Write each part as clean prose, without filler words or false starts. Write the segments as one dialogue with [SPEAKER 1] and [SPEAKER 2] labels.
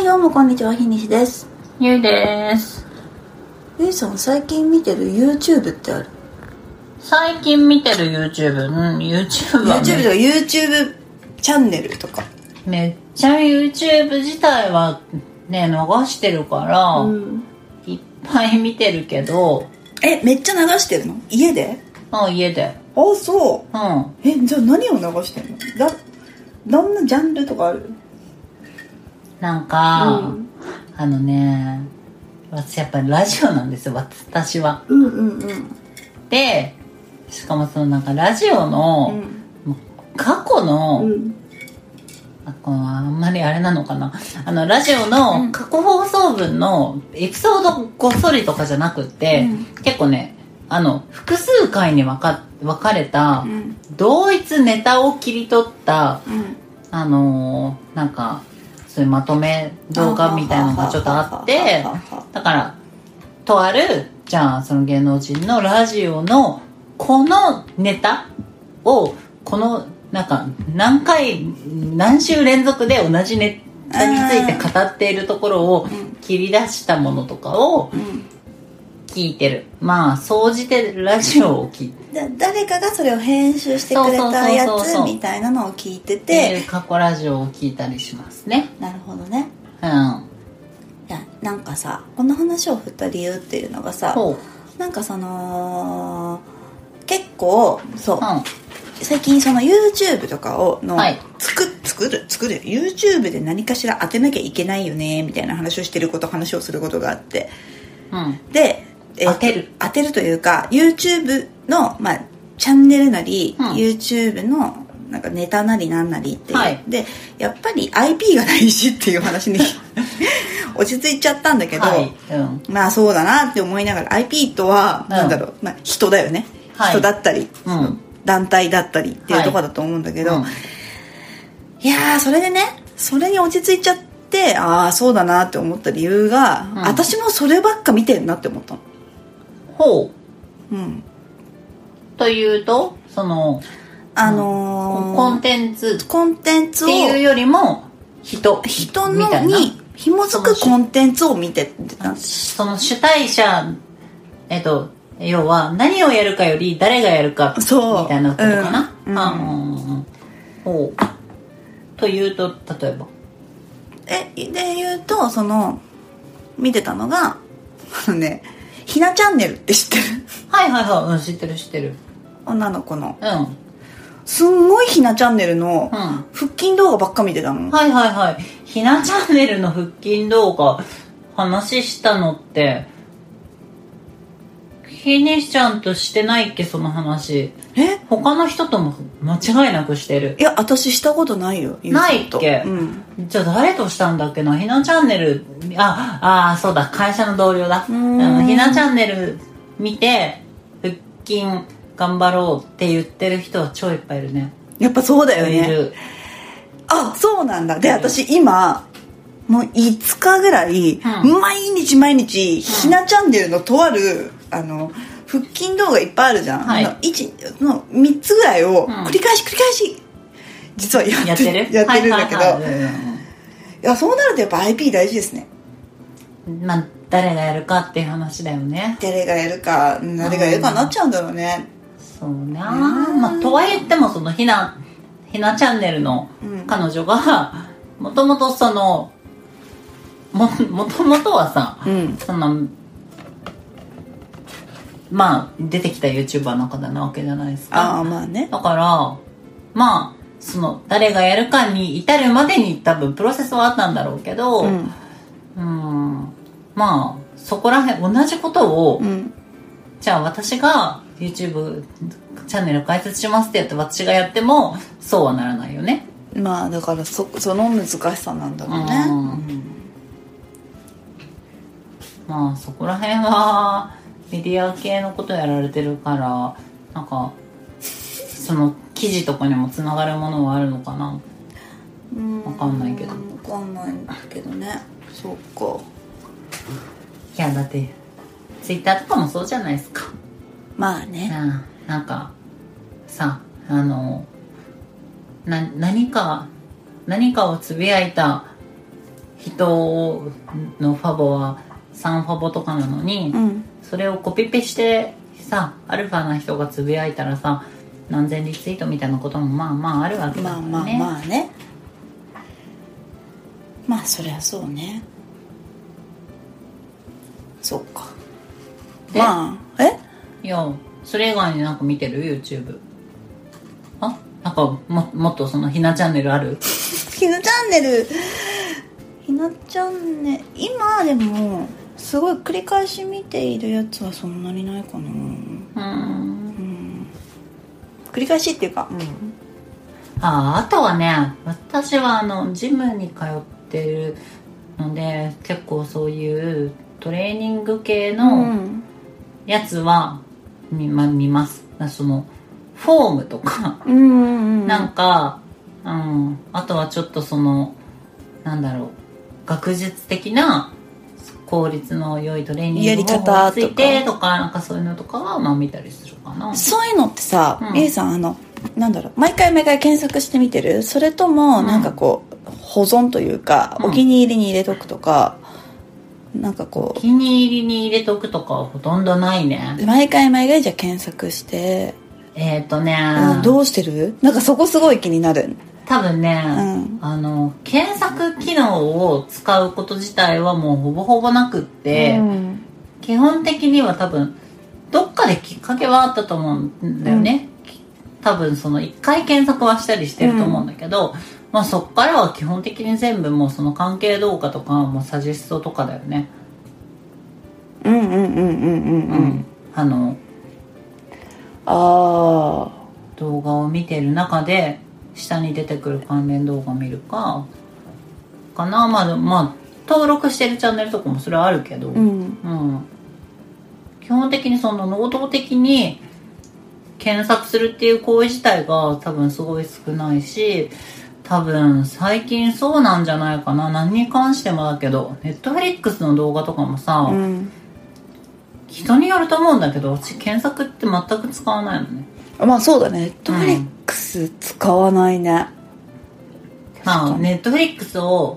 [SPEAKER 1] はいどうもこんにちは、ひにしです。
[SPEAKER 2] ゆいです。
[SPEAKER 1] ゆいさん最近見てる YouTube ってある？
[SPEAKER 2] 最近見てる YouTube、YouTube は
[SPEAKER 1] YouTube とか YouTube チャンネルとか
[SPEAKER 2] めっちゃ YouTube 自体はね流してるから、いっぱい見てるけど。
[SPEAKER 1] めっちゃ流してるの？家で？
[SPEAKER 2] 家で。
[SPEAKER 1] そう。じゃあ何を流してんの？どんなジャンルとかある？
[SPEAKER 2] なんか、私やっぱりラジオなんですよ、私は。で、しかもそのなんかラジオの、過去の、あんまりあれなのかな、ラジオの過去放送分のエピソードごっそりとかじゃなくって、結構ね複数回に分かれた、同一ネタを切り取った、なんかそういうまとめ動画みたいなのがちょっとあって、だからとあるじゃあその芸能人のラジオのこのネタをこのなんか何週連続で同じネタについて語っているところを切り出したものとかを聞いてる。まあ総じてラジオを聞いて、
[SPEAKER 1] 誰かがそれを編集してくれたやつみたいなのを聞いてて、
[SPEAKER 2] 過去ラジオを聞いたりしますね。
[SPEAKER 1] なるほどね。いやなんかさ、この話を振った理由っていうのがさ、なんかその結構そう、最近その YouTube とかを作る YouTube で何かしら当てなきゃいけないよねみたいな話をすることがあって、で当てるというか YouTube の、チャンネルなり、YouTube のなんかネタなりなんなりっていう、でやっぱり IP が大事っていう話に落ち着いちゃったんだけど、まあそうだなって思いながら IP とはなんだろう、人だよね、人だったり、団体だったりっていうところだと思うんだけど、いやーそれでね、それに落ち着いちゃって、ああそうだなって思った理由が、私もそればっか見てんなって思ったの。
[SPEAKER 2] というとそのコンテンツをっていうよりも人
[SPEAKER 1] のに紐づくコンテンツを見てた。
[SPEAKER 2] その主体者、要は何をやるかより誰がやるかみたいなことかな。というと例えば
[SPEAKER 1] で言うと、その見てたのがひなチャンネルって知ってる？
[SPEAKER 2] 知ってる。
[SPEAKER 1] 女の子のすんごいひなチャンネルの腹筋動画ばっか見てたの。
[SPEAKER 2] ひなチャンネルの腹筋動画話したのってひにしちゃんとしてないっけ、その話。他の人とも間違いなくしてる。
[SPEAKER 1] いや私したことないよ。
[SPEAKER 2] ないっけ、じゃあ誰としたんだっけな。ひなチャンネルそうだ、会社の同僚だ。ひなチャンネル見て腹筋頑張ろうって言ってる人は超いっぱいいるね。
[SPEAKER 1] やっぱそうだよね。そうなんだ。で私今もう5日ぐらい、毎日ひなチャンネルのとある腹筋動画いっぱいあるじゃん、3つぐらいを繰り返し実はやってるんだけど、いやそうなるとやっぱ IP 大事ですね。
[SPEAKER 2] 誰がやるかっていう話だよね。
[SPEAKER 1] 誰がやるかになっちゃうんだろうね。
[SPEAKER 2] そうね。とは言ってもそのひなチャンネルの彼女がもともとはさ、そんな出てきた YouTuber の方なわけじゃないですか。だからその誰がやるかに至るまでに多分プロセスはあったんだろうけど、そこら辺同じことを、じゃあ私が YouTube チャンネル開設しますってやって私がやってもそうはならないよね。
[SPEAKER 1] だからその難しさなんだろうね。
[SPEAKER 2] そこら辺はメディア系のことやられてるから、なんかその記事とかにもつながるものはあるのかな。分かんないけど。
[SPEAKER 1] 分かんないけどね。そうか。
[SPEAKER 2] いやだってツイッターとかもそうじゃないですか。なんかさ、何かをつぶやいた人のファボは3ファボとかなのに、それをコピペしてさ、アルファな人がつぶやいたらさ、何千リツイートみたいなこともまあまああるわけだからね。
[SPEAKER 1] まあね、まあそりゃそうね。そっか。まあ
[SPEAKER 2] いや、それ以外になんか見てる YouTube？ なんかもっとそのひなチャンネルある？
[SPEAKER 1] ひなチャンネル今でもすごい繰り返し見ているやつはそんなにないかな。繰り返しっていうか、
[SPEAKER 2] あとはね、私はジムに通ってるので、結構そういうトレーニング系のやつは見ます。そのフォームとかなんか、あとはちょっとそのなんだろう、学術的な効率の良いトレーニング方法についてとか、なんかそういうのとかはまあ見たりするかな。
[SPEAKER 1] そういうのってさ、ゆいさんなんだろう、毎回検索してみてる？それともなんかこう、保存というか、お気に入りに入れとくとか、なんかこう
[SPEAKER 2] お気に入りに入れとくとかはほとんどないね。
[SPEAKER 1] 毎回じゃあ検索してどうしてる？なんかそこすごい気になる。
[SPEAKER 2] 多分ね、検索機能を使うこと自体はもうほぼほぼなくって、基本的には多分どっかできっかけはあったと思うんだよね。多分その1回検索はしたりしてると思うんだけど、まあそっからは基本的に全部もうその関係動画とかもうサジェストとかだよね。動画を見てる中で下に出てくる関連動画を見るかな。まあ登録してるチャンネルとかもそれはあるけど、基本的にその能動的に検索するっていう行為自体が多分すごい少ないし、多分最近そうなんじゃないかな。何に関してもだけど、Netflixの動画とかもさ、人によると思うんだけど、私検索って全く使わないのね。
[SPEAKER 1] まあそうだね、Netflix使わないね。
[SPEAKER 2] まあNetflixを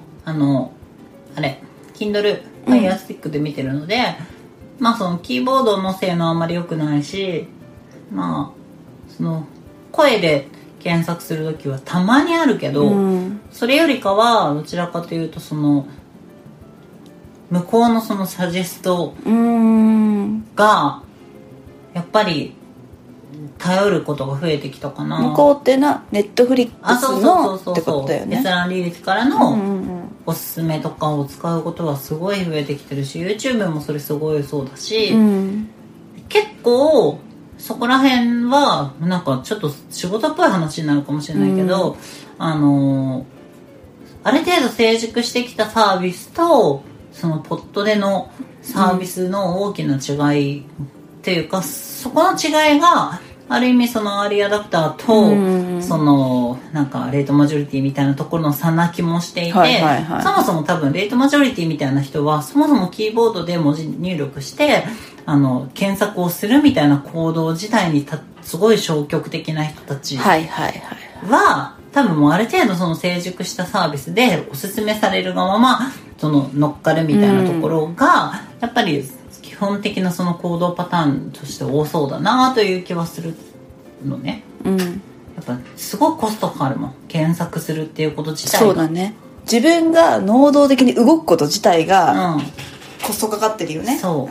[SPEAKER 2] Kindle Fire Stick で見てるので、まあそのキーボードの性能あんまり良くないし、まあその声で検索するときはたまにあるけど、それよりかはどちらかというとその向こうのそのサジェストがやっぱり頼ることが増えてきたかな。
[SPEAKER 1] 向こうってNetflixのってことだよね。
[SPEAKER 2] 閲覧履歴からのおすすめとかを使うことはすごい増えてきてるし、 YouTube もそれすごいそうだし、結構そこら辺はなんかちょっと仕事っぽい話になるかもしれないけど、ある程度成熟してきたサービスとそのポットでのサービスの大きな違いっていうか、そこの違いがある意味そのアーリーアダプターとそのなんかレートマジョリティみたいなところの差な気もしていて、そもそも多分レートマジョリティみたいな人はそもそもキーボードで文字入力して検索をするみたいな行動自体にすごい消極的な人たちは多分もうある程度その成熟したサービスでおすすめされるがままその乗っかるみたいなところがやっぱり基本的なその行動パターンとして多そうだなという気はするのね。やっぱすごいコストかかるもん、検索するっていうこと自体が。
[SPEAKER 1] そうだね、自分が能動的に動くこと自体がコストかかってるよね。
[SPEAKER 2] そう、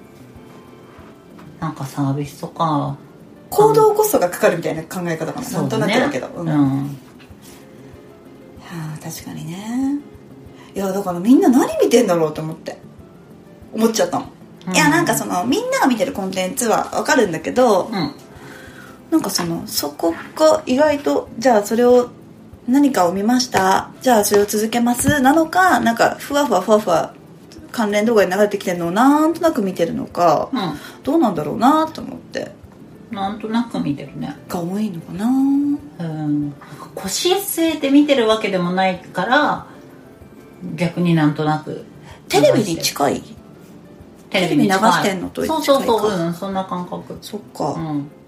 [SPEAKER 2] なんかサービスとか
[SPEAKER 1] 行動コストがかかるみたいな考え方かな、なんとなくだけど、確かにね。いやだからみんな何見てんだろうと思っちゃったの。いやなんかそのみんなが見てるコンテンツは分かるんだけど、なんかそこが意外とじゃあそれを何かを見ました、じゃあそれを続けますなのか、なんかふわふわ関連動画に流れてきてるのをなんとなく見てるのか、どうなんだろうなと思って。
[SPEAKER 2] なんとなく見てるね
[SPEAKER 1] が多いのかな。
[SPEAKER 2] 腰据えて見てるわけでもないから逆になんとなく
[SPEAKER 1] テレビに近い、テレビ流してんのと近いか。
[SPEAKER 2] そう、そんな感覚。
[SPEAKER 1] そっか、